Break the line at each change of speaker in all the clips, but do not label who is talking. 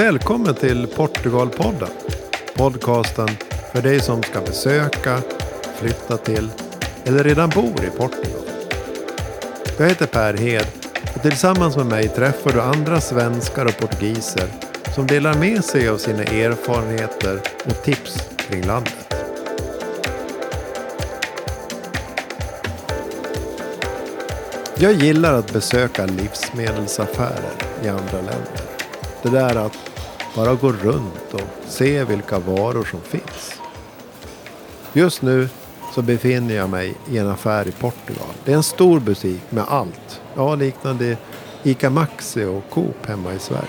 Välkommen till Portugalpodden. Podcasten för dig som ska besöka, flytta till eller redan bor i Portugal. Jag heter Per Hed och tillsammans med mig träffar du andra svenskar och portugiser som delar med sig av sina erfarenheter och tips kring landet. Jag gillar att besöka livsmedelsaffärer i andra länder. Det där att bara gå runt och se vilka varor som finns. Just nu så befinner jag mig i en affär i Portugal. Det är en stor butik med allt. Ja, liknande Ica Maxi och Coop hemma i Sverige.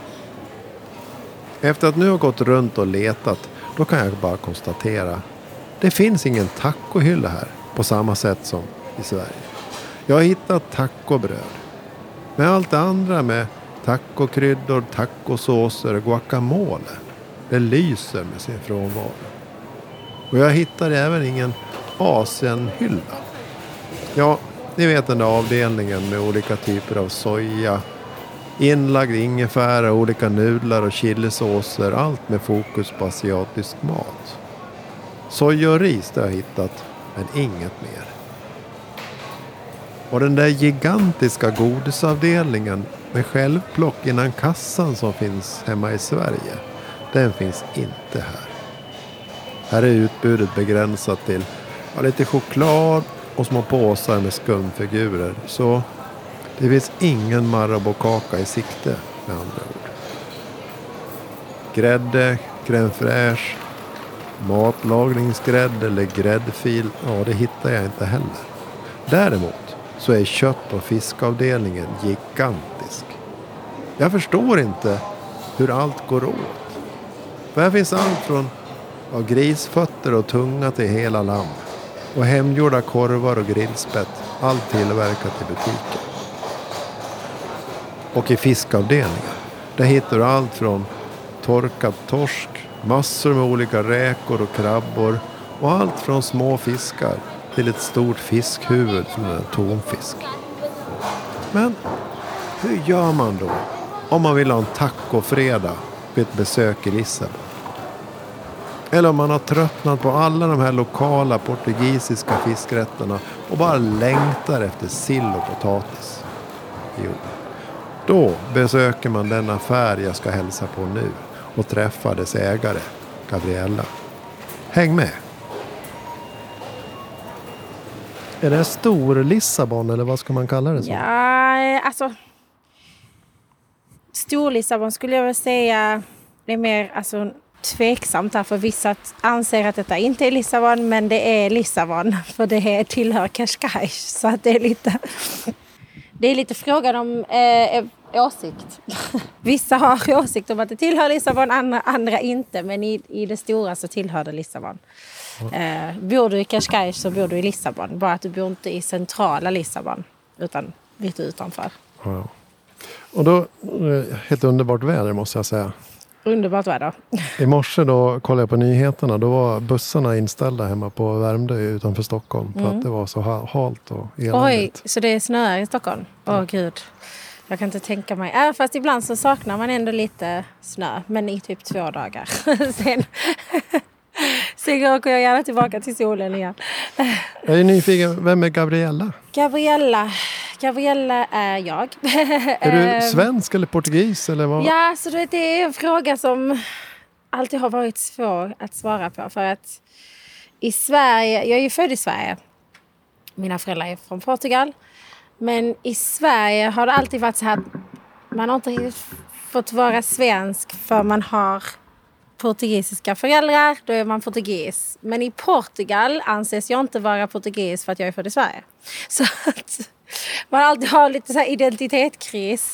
Efter att nu ha gått runt och letat, då kan jag bara konstatera. Det finns ingen tacohylla här på samma sätt som i Sverige. Jag har hittat tacobröd. Men allt det andra med tacokryddor, tacosåser och guacamole. Det lyser med sin frånvaro. Och jag hittar även ingen Asienhylla. Ja, ni vet den där avdelningen med olika typer av soja, inlagd ingefära, olika nudlar och chilisåser. Allt med fokus på asiatisk mat. Soja och ris det har jag hittat, men inget mer. Och den där gigantiska godisavdelningen med självplock innan kassan som finns hemma i Sverige, den finns inte här. Här är utbudet begränsat till lite choklad och små påsar med skumfigurer. Så det finns ingen Marabou-kaka i sikte med andra ord. Grädde, crème fraîche, matlagningsgrädde eller gräddfil, det hittar jag inte heller. Däremot så är kött- och fiskavdelningen gigantisk. Jag förstår inte hur allt går åt. För här finns allt från grisfötter och tunga till hela lamm. Och hemgjorda korvar och grillspett. Allt tillverkat i butiken. Och i fiskavdelningen, där hittar du allt från torkad torsk, massor med olika räkor och krabbor. Och allt från små fiskar till ett stort fiskhuvud från en tonfisk. Men hur gör man då om man vill ha en tacofredag vid ett besök i Lissabon? Eller om man har tröttnat på alla de här lokala portugisiska fiskrätterna och bara längtar efter sill och potatis. Jo, då besöker man den affär jag ska hälsa på nu och träffa dess ägare, Gabriella. Häng med! Är det stor Lissabon eller vad ska man kalla det så?
Ja, alltså stor Lissabon skulle jag väl säga. Det är mer tveksamt här, för vissa anser att detta inte är Lissabon, men det är Lissabon för det tillhör Cascais, så att det är lite frågan om åsikt. Vissa har åsikt om att det tillhör Lissabon, andra inte, men i det stora så tillhör det Lissabon. Bor du i Cascais så bor du i Lissabon. Bara att du bor inte i centrala Lissabon utan lite utanför.
Ja. Och då, helt underbart väder måste jag säga.
Underbart väder.
I morse då kollade jag på nyheterna. Då var bussarna inställda hemma på Värmdö utanför Stockholm. För att det var så halt och eländigt.
Oj, så det är snö i Stockholm? Gud. Jag kan inte tänka mig. Fast ibland så saknar man ändå lite snö. Men i typ 2 dagar. Sen åker jag gärna tillbaka till solen igen.
Jag är nyfiken, vem är Gabriella?
Gabriella är jag.
Är du svensk eller portugis eller vad?
Ja, så det är en fråga som alltid har varit svår att svara på. För att i Sverige, jag är ju född i Sverige. Mina föräldrar är från Portugal. Men i Sverige har det alltid varit så här. Man har inte riktigt fått vara svensk för man har portugisiska föräldrar, då är man portugis. Men i Portugal anses jag inte vara portugis för att jag är född i Sverige. Så att man alltid har lite så här identitetskris.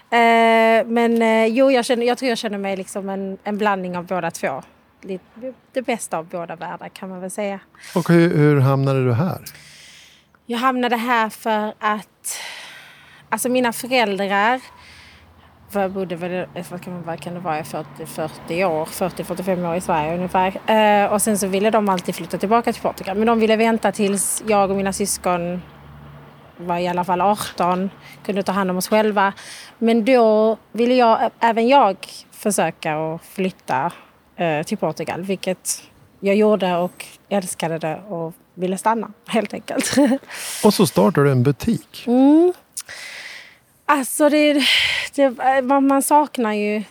Jag tror jag känner mig liksom en blandning av båda två. Det bästa av båda världar kan man väl säga.
Och hur hamnade du här?
Jag hamnade här för att mina föräldrar jag bodde väl, vad kan det vara, 40-45 år i Sverige ungefär. Och sen så ville de alltid flytta tillbaka till Portugal. Men de ville vänta tills jag och mina syskon var i alla fall 18, kunde ta hand om oss själva. Men då ville även jag försöka att flytta till Portugal, vilket jag gjorde och älskade det och ville stanna helt enkelt.
Och så startade du en butik.
Alltså man saknar ju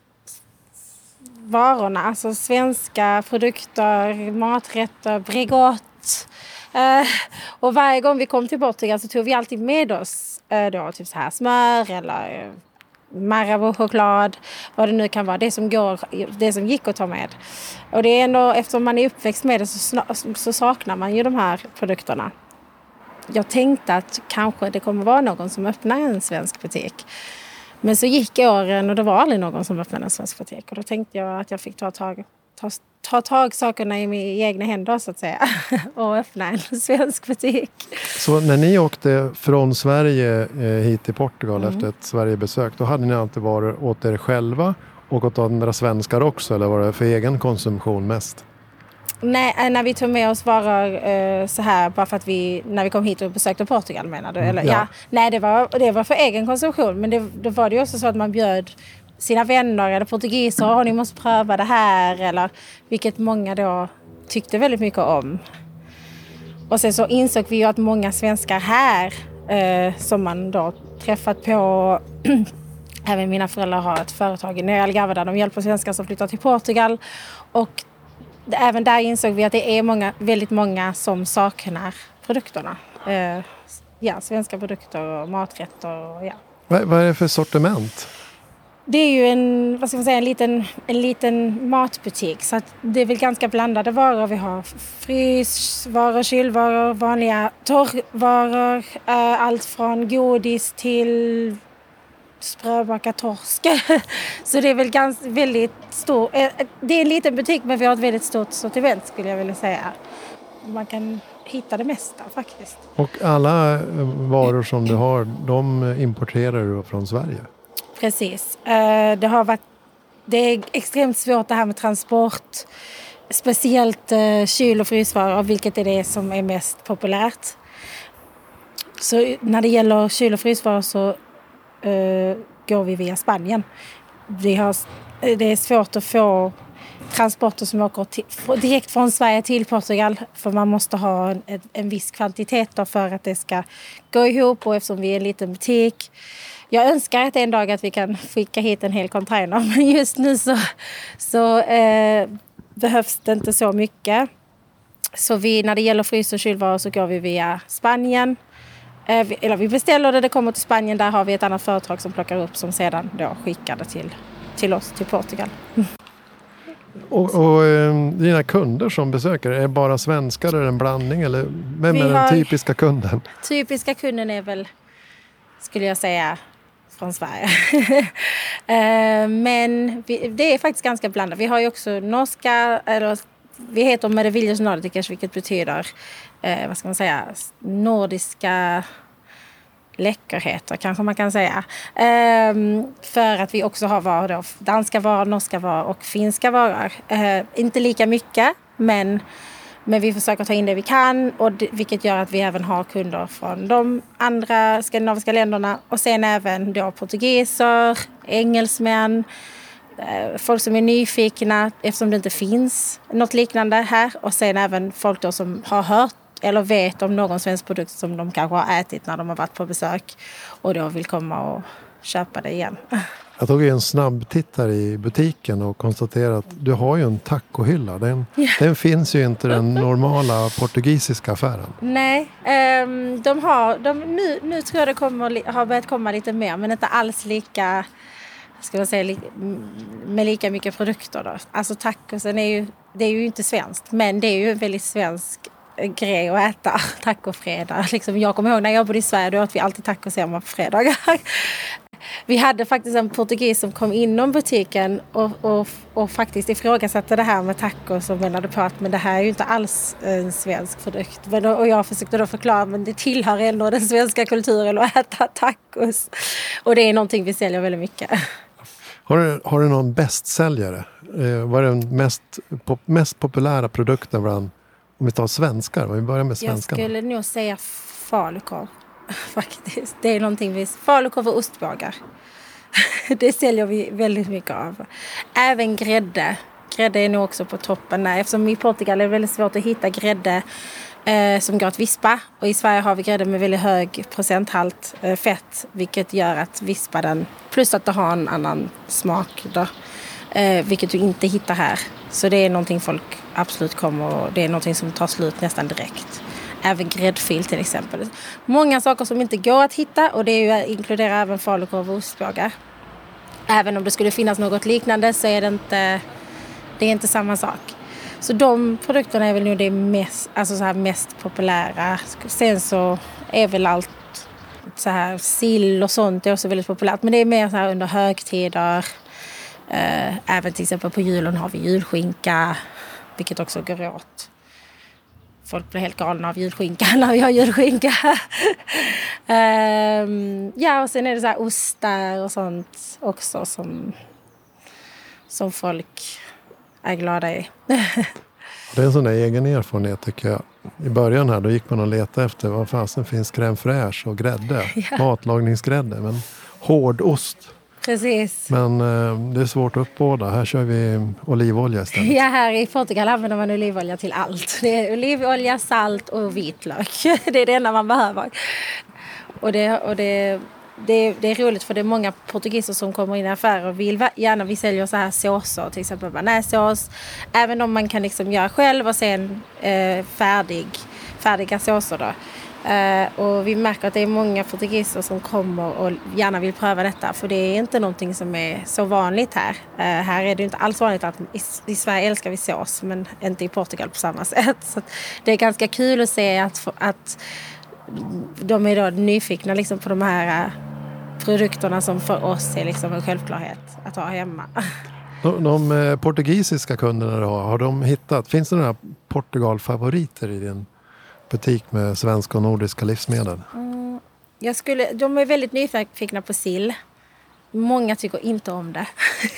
varorna, alltså svenska produkter, maträtter, Bregott. Och varje gång vi kom till Portugal så tog vi alltid med oss då, typ så här smör eller Marabou-choklad, vad det nu kan vara, det som gick att ta med. Och det är ändå, eftersom man är uppväxt med det så saknar man ju de här produkterna. Jag tänkte att kanske det kommer vara någon som öppnar en svensk butik. Men så gick åren och det var aldrig någon som öppnade en svensk butik. Och då tänkte jag att jag fick ta tag sakerna i mina egna händer så att säga. Och öppna en svensk butik.
Så när ni åkte från Sverige hit till Portugal efter ett Sverigebesök, då hade ni alltid varit åt er själva och åt andra svenskar också? Eller var det för egen konsumtion mest?
Nej, när vi tog med oss varor så här bara för att när vi kom hit och besökte Portugal menar du? Eller, ja. Nej, det var för egen konsumtion. Men då var det ju också så att man bjöd sina vänner eller portugiser, ni måste pröva det här. Eller, vilket många då tyckte väldigt mycket om. Och sen så insåg vi ju att många svenskar här som man då träffat på. Även mina föräldrar har ett företag i Nya Algarve där de hjälper svenskar som flyttar till Portugal. Och även där insåg vi att det är väldigt många som saknar produkterna. Svenska produkter och maträtter. Ja.
Vad är det för sortiment?
Det är ju en liten matbutik. Så att det är väl ganska blandade varor. Vi har frysvaror, kylvaror, vanliga torrvaror. Allt från godis till spröbakad torsk. Så det är väl väldigt stor. Det är en liten butik men vi har ett väldigt stort sortiment skulle jag vilja säga. Man kan hitta det mesta faktiskt. Och
alla varor som du har, de importerar du från Sverige?
Precis. Det är extremt svårt det här med transport. Speciellt kyl- och frysvaror, vilket är det som är mest populärt. Så när det gäller kyl- och frysvaror så går vi via Spanien. Det är svårt att få transporter som åker direkt från Sverige till Portugal. För man måste ha en viss kvantitet för att det ska gå ihop. Och eftersom vi är en liten butik. Jag önskar att en dag att vi kan skicka hit en hel container. Men just nu så behövs det inte så mycket. Så när det gäller frys- och kylvaror så går vi via Spanien. Vi beställer det kommer till Spanien. Där har vi ett annat företag som plockar upp som sedan då skickar det till oss, till Portugal.
Och dina kunder som besöker, är det bara svenskar eller en blandning? Eller vem är den typiska kunden? Typiska kunden
är väl, skulle jag säga, från Sverige. Men det är faktiskt ganska blandat. Vi har ju också norska, eller vi heter Meravilhas Nordicas, vilket betyder nordiska läckerheter kanske man kan säga. För att vi också har danska varor, norska varor och finska varor. Inte lika mycket, men vi försöker ta in det vi kan, vilket gör att vi även har kunder från de andra skandinaviska länderna och sen även då portugiser, engelsmän, folk som är nyfikna eftersom det inte finns något liknande här och sen även folk då som har hört eller vet om någon svensk produkt som de kanske har ätit när de har varit på besök och då vill komma och köpa det igen.
Jag tog en snabb titt här i butiken och konstaterade att du har ju en tacohylla. Den finns ju inte i den normala portugisiska affären.
Nej, nu tror jag det har börjat komma lite mer men inte alls lika, ska jag säga, med lika mycket produkter då. Alltså tacosen det är ju inte svenskt men det är ju en väldigt svensk grej att äta tacofredag. Liksom, jag kommer ihåg när jag bodde i Sverige då åt vi alltid tacos hemma på fredagar. Vi hade faktiskt en portugis som kom inom butiken och faktiskt ifrågasatte det här med tacos och menade på att men det här är ju inte alls en svensk produkt. Och jag försökte då förklara men det tillhör ändå den svenska kulturen att äta tacos. Och det är någonting vi säljer väldigt mycket.
Har du någon bästsäljare? Vad är den mest populära produkten bland, om vi tar svenskar? Vi börjar med svenskarna.
Jag skulle nog säga falukorv. faktiskt. Det är någonting vi... Falukorv och ostbågar. Det säljer vi väldigt mycket av. Även grädde. Grädde är nog också på toppen där. Eftersom i Portugal är det väldigt svårt att hitta grädde som går att vispa. Och i Sverige har vi grädde med väldigt hög procenthalt fett. Vilket gör att vispa den. Plus att det har en annan smak då. Vilket du inte hittar här. Så det är någonting folk absolut kommer. Och det är någonting som tar slut nästan direkt. Även gräddfil till exempel. Många saker som inte går att hitta. Och det inkluderar även falukorv och ostbågar. Även om det skulle finnas något liknande så är det är inte samma sak. Så de produkterna är väl nog det mest populära. Sen så är väl allt så här sill och sånt är också väldigt populärt. Men det är mer så här under högtider. Även till exempel på julen har vi julskinka. Vilket också går åt. Folk blir helt galna av julskinka när vi har julskinka. Ja, och sen är det så här ostar och sånt också som folk är glada i.
Det är en sån där egen erfarenhet tycker jag. I början här då gick man och letade efter vad fasen finns crème fraîche och grädde. Ja. Matlagningsgrädde, men hård ost.
Precis.
Men det är svårt att uppbåda. Här kör vi olivolja istället.
Ja, här i Portugal använder man olivolja till allt. Det är olivolja, salt och vitlök. Det är det enda man behöver. Och det är roligt för det är många portugiser som kommer in i affärer och vi säljer så här såser, till exempel bearnaisesås. Även om man kan liksom göra själv och sen färdiga såser då. Och vi märker att det är många portugiser som kommer och gärna vill pröva detta. För det är inte någonting som är så vanligt här. Här är det inte alls vanligt att i Sverige älskar vi sås, men inte i Portugal på samma sätt. Så det är ganska kul att se att de är då nyfikna liksom på de här produkterna som för oss är liksom en självklarhet att ha hemma.
De portugisiska kunderna har de hittat, finns det några Portugal-favoriter i din butik med svenska och nordiska livsmedel?
De är väldigt nyfikna på sill. Många tycker inte om det.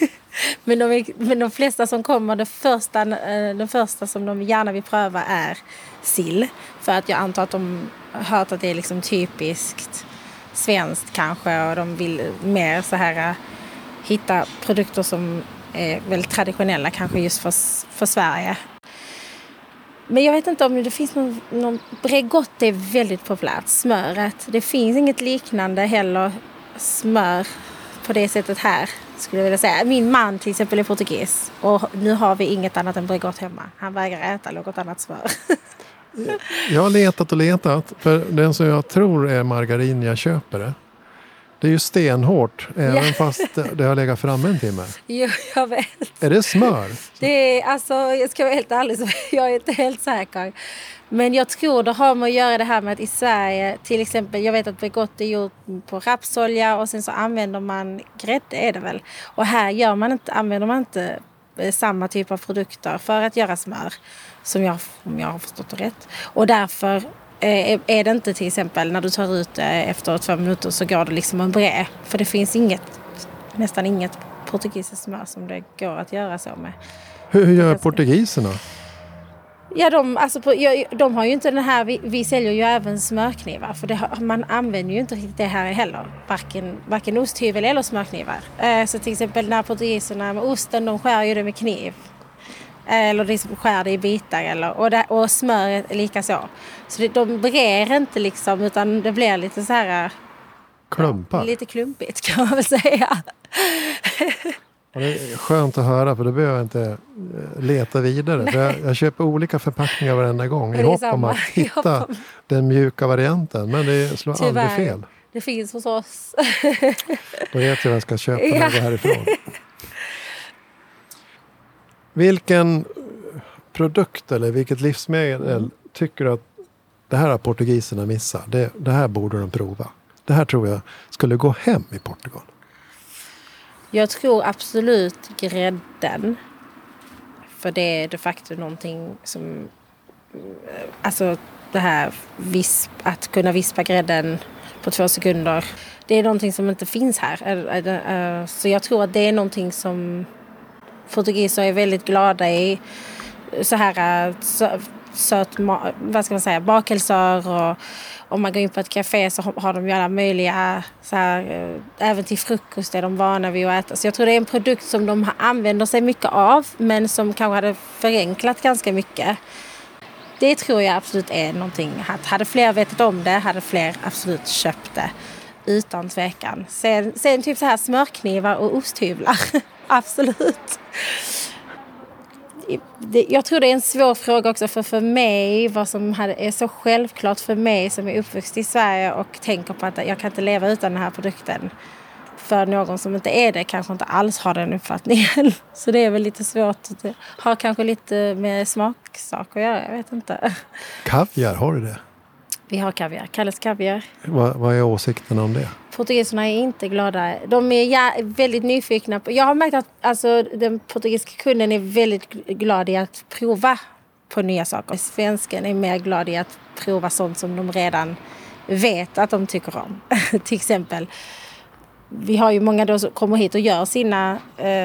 men de flesta som kommer, den första som de gärna vill pröva är sill. För att jag antar att de har hört att det är liksom typiskt svenskt kanske. Och de vill mer så här hitta produkter som är väldigt traditionella kanske just för Sverige. Men jag vet inte om det finns någon Bregott är väldigt populärt. Smöret. Det finns inget liknande heller smör på det sättet här, skulle jag vilja säga. Min man till exempel är portugis. Och nu har vi inget annat än Bregott hemma. Han vägrar äta något annat smör.
Jag har letat. För den som jag tror är margarin jag köper det. Det är ju stenhårt, även fast det har legat framme en timme.
Jo, jag vet.
Är det smör?
Det är, alltså, jag ska vara helt ärlig, så jag är inte helt säker. Men jag tror det har med att göra det här med att i Sverige, till exempel, jag vet att Bregott är gjort på rapsolja och sen så använder man grädde, är det väl. Och här använder man inte samma typ av produkter för att göra smör, om jag har förstått det rätt. Och därför är det inte till exempel när du tar ut det efter 2 minuter så går det liksom en brä. För det finns nästan inget portugisiskt smör som det går att göra så med.
Hur gör portugiserna?
Ja, de har ju inte den här, vi säljer ju även smörknivar. För man använder ju inte riktigt det här heller. Varken osthyvel eller smörknivar. Så till exempel när portugiserna med osten, de skär ju det med kniv. Eller liksom skär det i bitar och smör lika så. Så de brer inte liksom, utan det blir lite så här
klumpar.
Lite klumpigt kan man väl säga.
Ja, det är skönt att höra, för då behöver jag inte leta vidare. För jag köper olika förpackningar varenda gång i hopp om att hitta den mjuka varianten. Men det slår aldrig fel.
Det finns hos oss.
Då vet jag vad jag ska köpa när jag går härifrån. Vilken produkt eller vilket livsmedel tycker du att det här har portugiserna missat? Det här borde de prova. Det här tror jag skulle gå hem i Portugal.
Jag tror absolut grädden. För det är de facto någonting som... Alltså det här att kunna vispa grädden på 2 sekunder. Det är någonting som inte finns här. Så jag tror att det är någonting som portugiser är väldigt glada i. så här vad ska man säga, bakelser, och om man går in på ett café så har de ju alla möjliga så här, även till frukost är de vana vid att äta. Så jag tror det är en produkt som de använder sig mycket av, men som kanske hade förenklat ganska mycket. Det tror jag absolut är någonting. Hade fler vetat om det, hade fler absolut köpt det. Utan tvekan. Sen typ så här smörknivar och osthyvlar. Absolut. Jag tror det är en svår fråga också för mig, vad som är så självklart för mig som är uppvuxen i Sverige och tänker på att jag kan inte leva utan den här produkten. För någon som inte är det kanske inte alls har den uppfattningen. Så det är väl lite svårt. Det har kanske lite med smaksak att göra, jag vet inte.
Kaviar, har du det?
Vi har kaviar, Kalles kaviar.
Vad är åsikten om det?
Portugiserna är inte glada. De är väldigt nyfikna på. Jag har märkt att alltså, den portugisiska kunden är väldigt glad i att prova på nya saker. Svensken är mer glad i att prova sånt som de redan vet att de tycker om. Till exempel, vi har ju många då som kommer hit och gör sina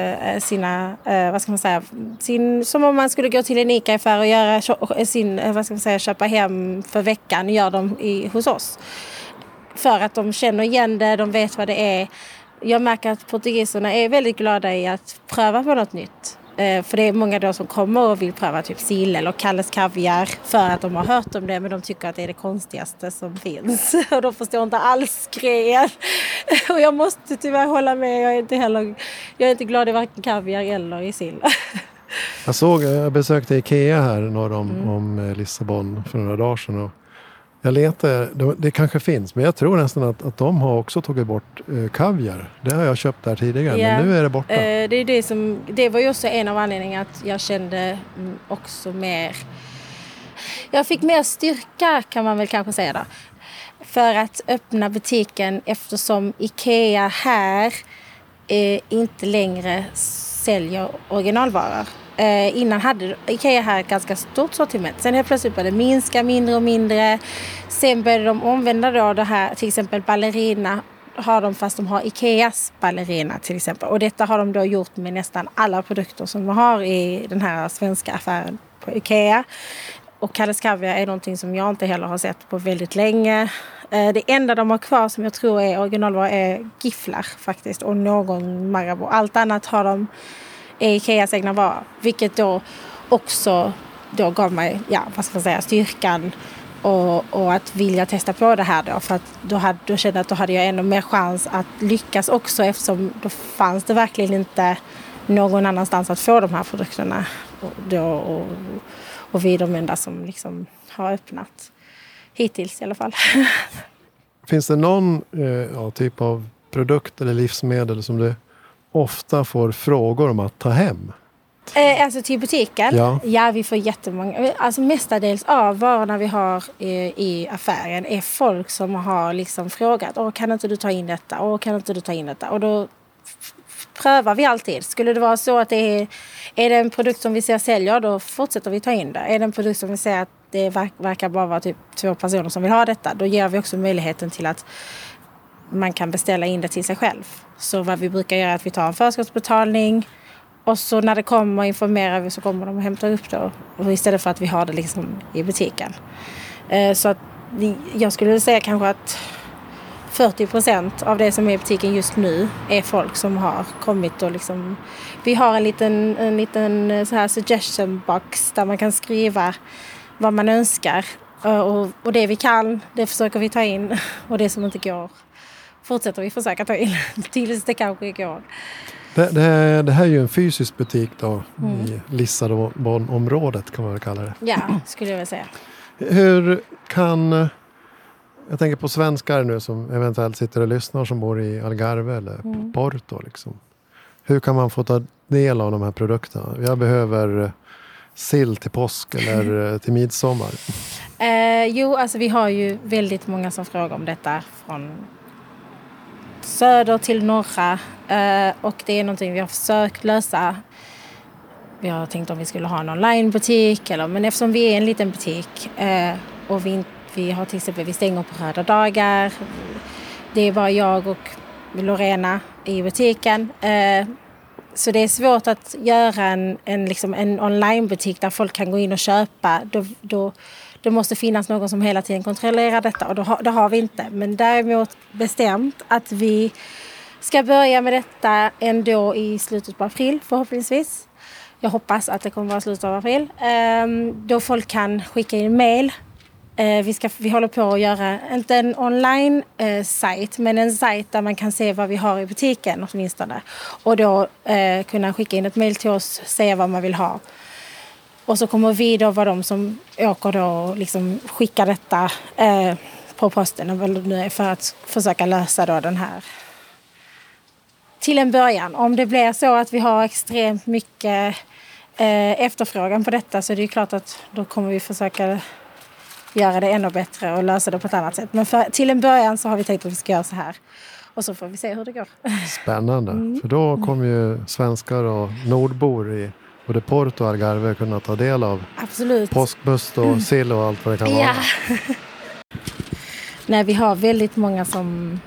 vad ska man säga, som om man skulle gå till en ICA-affär och göra sin, vad ska man säga, köpa hem för veckan, gör de hos oss. För att de känner igen det, de vet vad det är. Jag märker att portugiserna är väldigt glada i att pröva på något nytt. För det är många då som kommer och vill pröva typ sill eller Kalles kaviar för att de har hört om det, men de tycker att det är det konstigaste som finns. Och de förstår inte alls grejen. Och jag måste tyvärr hålla med, jag är inte glad i varken kaviar eller i sill.
Jag besökte Ikea här norr om Lissabon för några dagar sedan, och jag letade, det kanske finns, men jag tror nästan att de har också tagit bort kaviar. Det har jag köpt där tidigare, men nu är det borta.
Det var ju också en av anledningarna att jag kände också mer... Jag fick mer styrka, kan man väl kanske säga då. För att öppna butiken, eftersom Ikea här inte längre säljer originalvaror. Innan hade Ikea här ett ganska stort sortiment. Sen helt plötsligt började det minska mindre och mindre. Sen började de omvända då det här, till exempel ballerina har de, fast de har Ikeas ballerina till exempel. Och detta har de då gjort med nästan alla produkter som de har i den här svenska affären på Ikea. Och Kalles kaviar är någonting som jag inte heller har sett på väldigt länge. Det enda de har kvar som jag tror är originalvaror är gifflar faktiskt, och någon Marabou. Allt annat har de är Ikeas egna varor, vilket då också då gav mig, vad ska man säga, styrkan och att vilja testa på det här då, för att då kände jag att då hade jag ännu mer chans att lyckas också, eftersom då fanns det verkligen inte någon annanstans att få de här produkterna och vi är de enda som liksom har öppnat hittills i alla fall.
Finns det någon typ av produkt eller livsmedel som du ofta får frågor om att ta hem?
Alltså till butiken? Ja, vi får jättemånga. Alltså mestadels av varorna vi har i affären är folk som har liksom frågat: kan inte du ta in detta? Kan inte du ta in detta? Och då prövar vi alltid. Skulle det vara så att är det en produkt som vi ser sälja, då fortsätter vi ta in det. Är det en produkt som vi ser att det verkar bara vara typ 2 personer som vill ha detta, då ger vi också möjligheten till att man kan beställa in det till sig själv. Så vad vi brukar göra är att vi tar en förskottsbetalning, och så när det kommer informerar vi, så kommer de och hämtar upp det, och istället för att vi har det liksom i butiken. Så att jag skulle säga kanske att 40% av det som är i butiken just nu är folk som har kommit och liksom... Vi har en liten så här suggestion box där man kan skriva vad man önskar. Och det vi kan, det försöker vi ta in. Och det som inte går fortsätter vi försöka ta in tills det kanske går.
Det här är ju en fysisk butik då, i Lissabon-området kan man väl kalla det.
Ja, skulle jag väl säga.
Hur kan... Jag tänker på svenskar nu som eventuellt sitter och lyssnar, som bor i Algarve eller Porto liksom. Hur kan man få ta del av de här produkterna? Jag behöver sill till påsk eller till midsommar.
Alltså vi har ju väldigt många som frågar om detta från söder till norra. Och det är någonting vi har försökt lösa. Vi har tänkt om vi skulle ha en onlinebutik, men eftersom vi är en liten butik och vi har till exempel, vi stänger på röda dagar. Det är bara jag och Lorena i butiken. Så det är svårt att göra en onlinebutik där folk kan gå in och köpa. Då det måste finnas någon som hela tiden kontrollerar detta och det har vi inte. Men däremot bestämt att vi ska börja med detta ändå i slutet på april förhoppningsvis. Jag hoppas att det kommer vara slutet av april. Då folk kan skicka in mail. Vi håller på att göra, inte en online-sajt, men en sajt där man kan se vad vi har i butiken åtminstone. Och då kunna skicka in ett mail till oss, säga vad man vill ha. Och så kommer vi då vara de som åker då och liksom skickar detta på posten för att försöka lösa då den här. Till en början, om det blir så att vi har extremt mycket efterfrågan på detta så är det ju klart att då kommer vi försöka göra det ännu bättre och lösa det på ett annat sätt. Men till en början så har vi tänkt att vi ska göra så här. Och så får vi se hur det går.
Spännande. För då kommer ju svenskar och nordbor i både Porto och Algarve kunna ta del av påskmust och sill och allt vad det kan vara.
Nej, vi har väldigt många som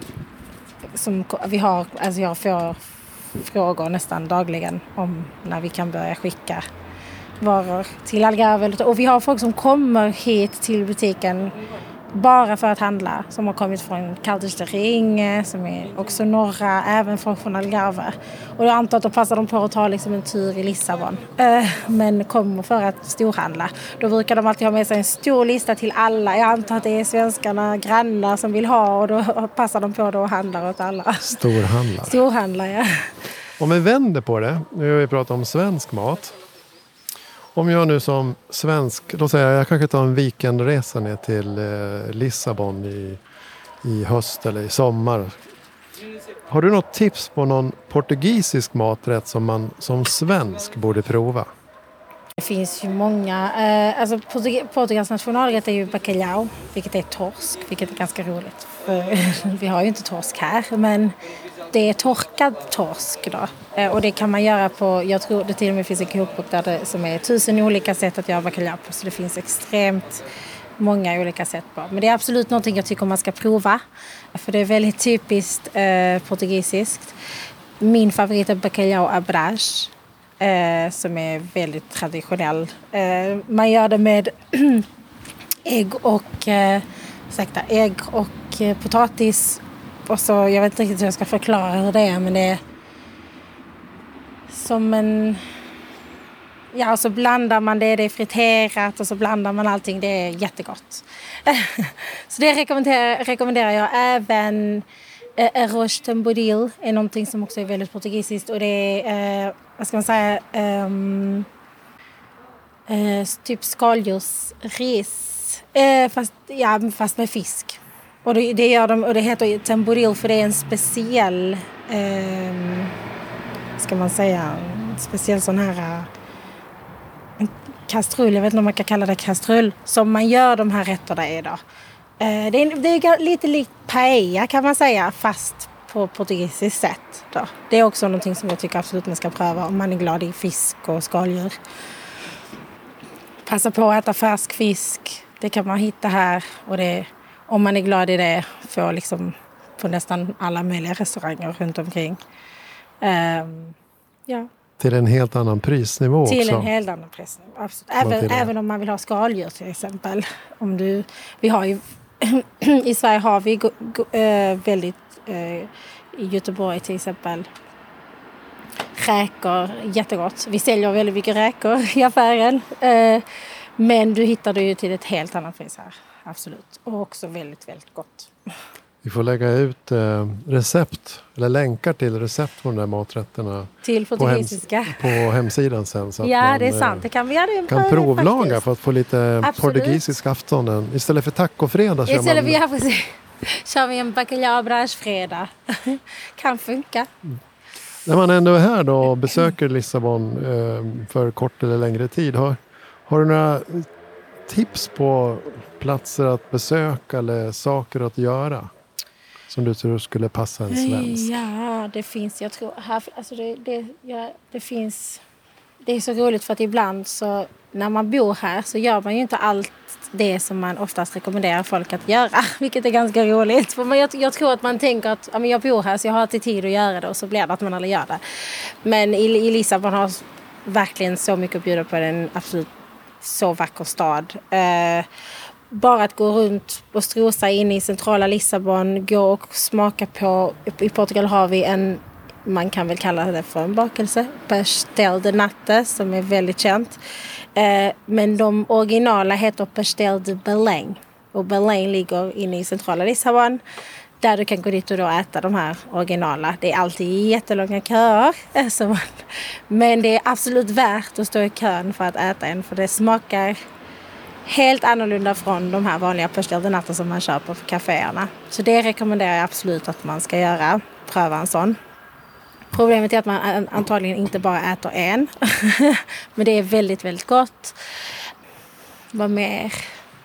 jag får frågor nästan dagligen om när vi kan börja skicka varor till Algarve. Och vi har folk som kommer hit till butiken bara för att handla. Som har kommit från Caldas de Ringue, som är också norra, även folk från Algarve. Och jag antar att då passar de på att ta liksom en tur i Lissabon. Men kommer för att storhandla. Då brukar de alltid ha med sig en stor lista till alla. Jag antar att det är svenskarna, grannar som vill ha och då passar de på då och handlar åt alla. Storhandlar, ja.
Om vi vänder på det, nu har vi pratat om svensk mat. Om jag nu som svensk, då säger jag kanske tar en weekendresa ner till Lissabon i höst eller i sommar. Har du något tips på någon portugisisk maträtt som man som svensk borde prova?
Det finns ju många. Portugals nationalrätt är ju bacalhau, vilket är torsk, vilket är ganska roligt. För vi har ju inte torsk här, men det är torkad torsk då. Och det kan man göra på, jag tror det till och med finns en kokbok där som är 1000 olika sätt att göra bacalhau på. Så det finns extremt många olika sätt på. Men det är absolut någonting jag tycker man ska prova. För det är väldigt typiskt portugisiskt. Min favorit är bacalhau à brás. Som är väldigt traditionell. Man gör det med ägg och potatis. Och så, jag vet inte riktigt hur jag ska förklara hur det är, men det är som en... Ja, och så blandar man det är friterat och så blandar man allting. Det är jättegott. Så det rekommenderar jag. Även arroz tamboril är någonting som också är väldigt portugisiskt. Och det är, vad ska man säga, typ skaldjursris. Fast med fisk. Och det gör de, och det heter tamboril för det är en speciell, ska man säga, en speciell sån här kastrull, jag vet inte om man kan kalla det kastrull, som man gör de här rätterna i då. Det är lite likt paella kan man säga, fast på portugisiskt sätt då. Det är också någonting som jag tycker absolut man ska pröva om man är glad i fisk och skaldjur. Passa på att äta färsk fisk, det kan man hitta här, och det, om man är glad i det, får liksom på nästan alla möjliga restauranger runt omkring. Ja.
Till en helt annan prisnivå också.
Till en helt annan prisnivå, absolut. Även om man vill ha skaldjur till exempel. Vi har ju i Sverige har vi väldigt i Göteborg till exempel räkor, jättegott. Vi säljer väldigt mycket räkor i affären. Men du hittar det ju till ett helt annat pris här. Absolut. Och också väldigt, väldigt gott.
Vi får lägga ut recept eller länkar till recept på de där maträtterna
till portugisiska
på hemsidan sen, så att
man, det är sant. Det kan vi göra
kan provlaga faktiskt. För att få lite portugisisk afton istället för tacofredag.
Kör vi en bacalhau à brás fredag. Kan funka.
När man ändå är här då och besöker Lissabon för kort eller längre tid, har du några tips på platser att besöka eller saker att göra som du tror skulle passa en svensk?
Ja, det finns. Jag tror här, alltså det finns det är så roligt för att ibland så när man bor här så gör man ju inte allt det som man oftast rekommenderar folk att göra. Vilket är ganska roligt. För jag tror att man tänker att ja, men jag bor här så jag har alltid tid att göra det och så blir det att man aldrig gör det. Men i Lissabon har verkligen så mycket att bjuda på. Den absolut så vacker stad. Bara att gå runt och strosa in i centrala Lissabon, gå och smaka på, i Portugal har vi man kan väl kalla det för en bakelse, pastel de nata som är väldigt känt. Men de originala heter pastel de Belém. Och Belém ligger inne i centrala Lissabon där du kan gå dit och då äta de här originala. Det är alltid jättelånga köer. Men det är absolut värt att stå i kön för att äta en, för det smakar helt annorlunda från de här vanliga pastel de nata som man köper på kaféerna. Så det rekommenderar jag absolut att man ska göra. Pröva en sån. Problemet är att man antagligen inte bara äter en. Men det är väldigt, väldigt gott. Vad mer?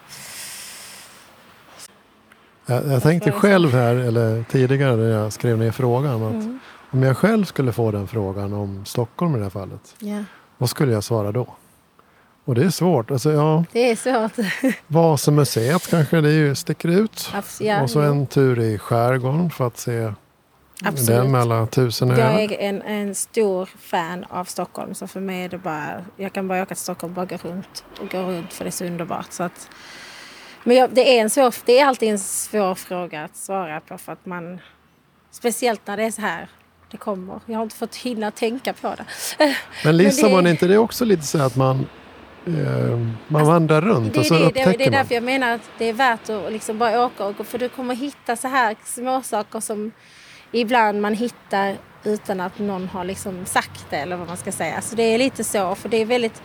Jag tänkte själv här, eller tidigare när jag skrev ner frågan, att om jag själv skulle få den frågan om Stockholm i det här fallet, vad skulle jag svara då? Och det är svårt. Alltså, ja,
det är svårt.
Vasamuseet kanske det sticker ut. Och så en tur i skärgården för att se den med alla 1000 öar.
Jag är en stor fan av Stockholm. Så för mig är det bara, jag kan bara åka till Stockholm och bara gå runt för det är så underbart. Så att, men det är alltid en svår fråga att svara på för att man, speciellt när det är så här. Det kommer. Jag har inte fått hinna tänka på det.
Men Lissabon, är inte det också lite så att man vandrar runt och så upptäcker man?
Det är därför jag menar att det är värt att liksom bara åka. För du kommer hitta så här små saker som ibland man hittar utan att någon har liksom sagt det eller vad man ska säga. Så det är lite så. För det är väldigt...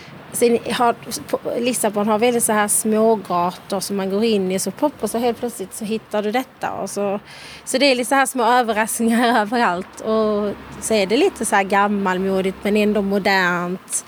Lissabon har väldigt så här små gator som man går in i så poppar så helt plötsligt så hittar du detta och så det är lite så här små överraskningar överallt och så är det lite så här gammalmodigt men ändå modernt.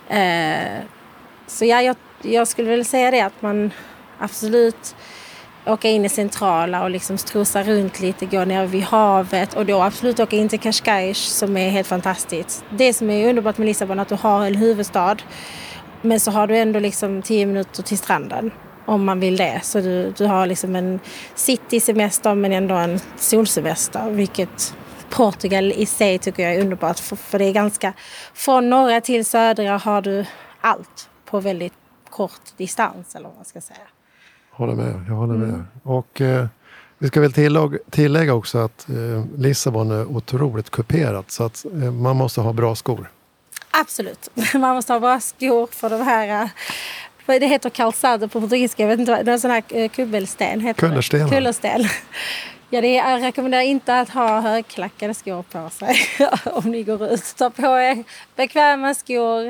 Så jag skulle väl säga det att man absolut åka in i centrala och liksom strosa runt lite, gå ner vid havet och då absolut åka in till Cascais som är helt fantastiskt. Det som är underbart med Lissabon är att du har en huvudstad men så har du ändå liksom 10 minuter till stranden om man vill det. Så du har liksom en citysemester men ändå en solsemester, vilket Portugal i sig tycker jag är underbart för det är ganska, från norra till södra har du allt på väldigt kort distans eller vad man ska säga.
Jag håller med. Och vi ska väl tillägga också att Lissabon är otroligt kuperat så att man måste ha bra skor.
Absolut. Man måste ha bra skor för de här... Det heter calçado på portugisiska. Jag vet inte vad. Det är en sån här kubbelsten. Kullersten. Ja, jag rekommenderar inte att ha högklackade skor på sig om ni går ut. Ta på er bekväma skor.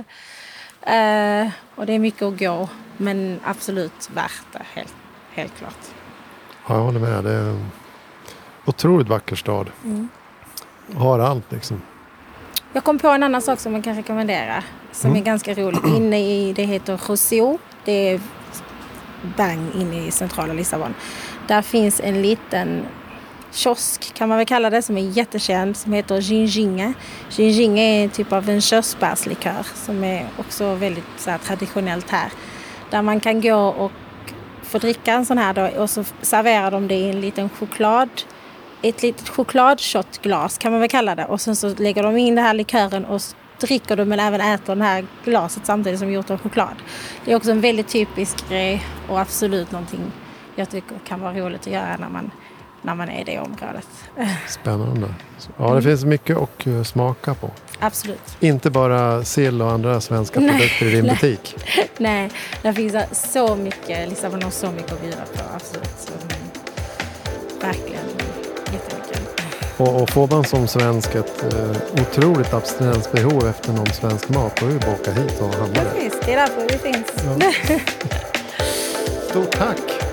Och det är mycket att gå. Men absolut värt det. Helt klart.
Ja, jag håller med. Det är en otroligt vacker stad. Har allt liksom.
Jag kom på en annan sak som man kan rekommendera. Som är ganska roligt. Det heter Rossio. Det är bang inne i centrala Lissabon. Där finns en liten kiosk kan man väl kalla det som är jättekänd. Som heter ginginha. Ginginha är en typ av en körsbärslikör. Som är också väldigt så här, traditionellt här. Där man kan gå och få dricka en sån här då, och så serverar de det i en liten ett litet chokladshotglas kan man väl kalla det. Och sen så lägger de in det här likören och dricker du men även äter det här glaset samtidigt som gjort av choklad. Det är också en väldigt typisk grej och absolut någonting jag tycker kan vara roligt att göra när man är i det området.
Spännande. Ja, det finns mycket att smaka på.
Absolut.
Inte bara sill och andra svenska produkter i din butik.
Nej, det finns så mycket. Lissabon har så mycket att bjuda på. Absolut. Så, verkligen jättemycket.
Och får man som svensk ett otroligt abstinensbehov efter någon svensk mat, då är det bara åka hit och handla det.
Precis, det är därför vi finns.
Ja. Stort tack!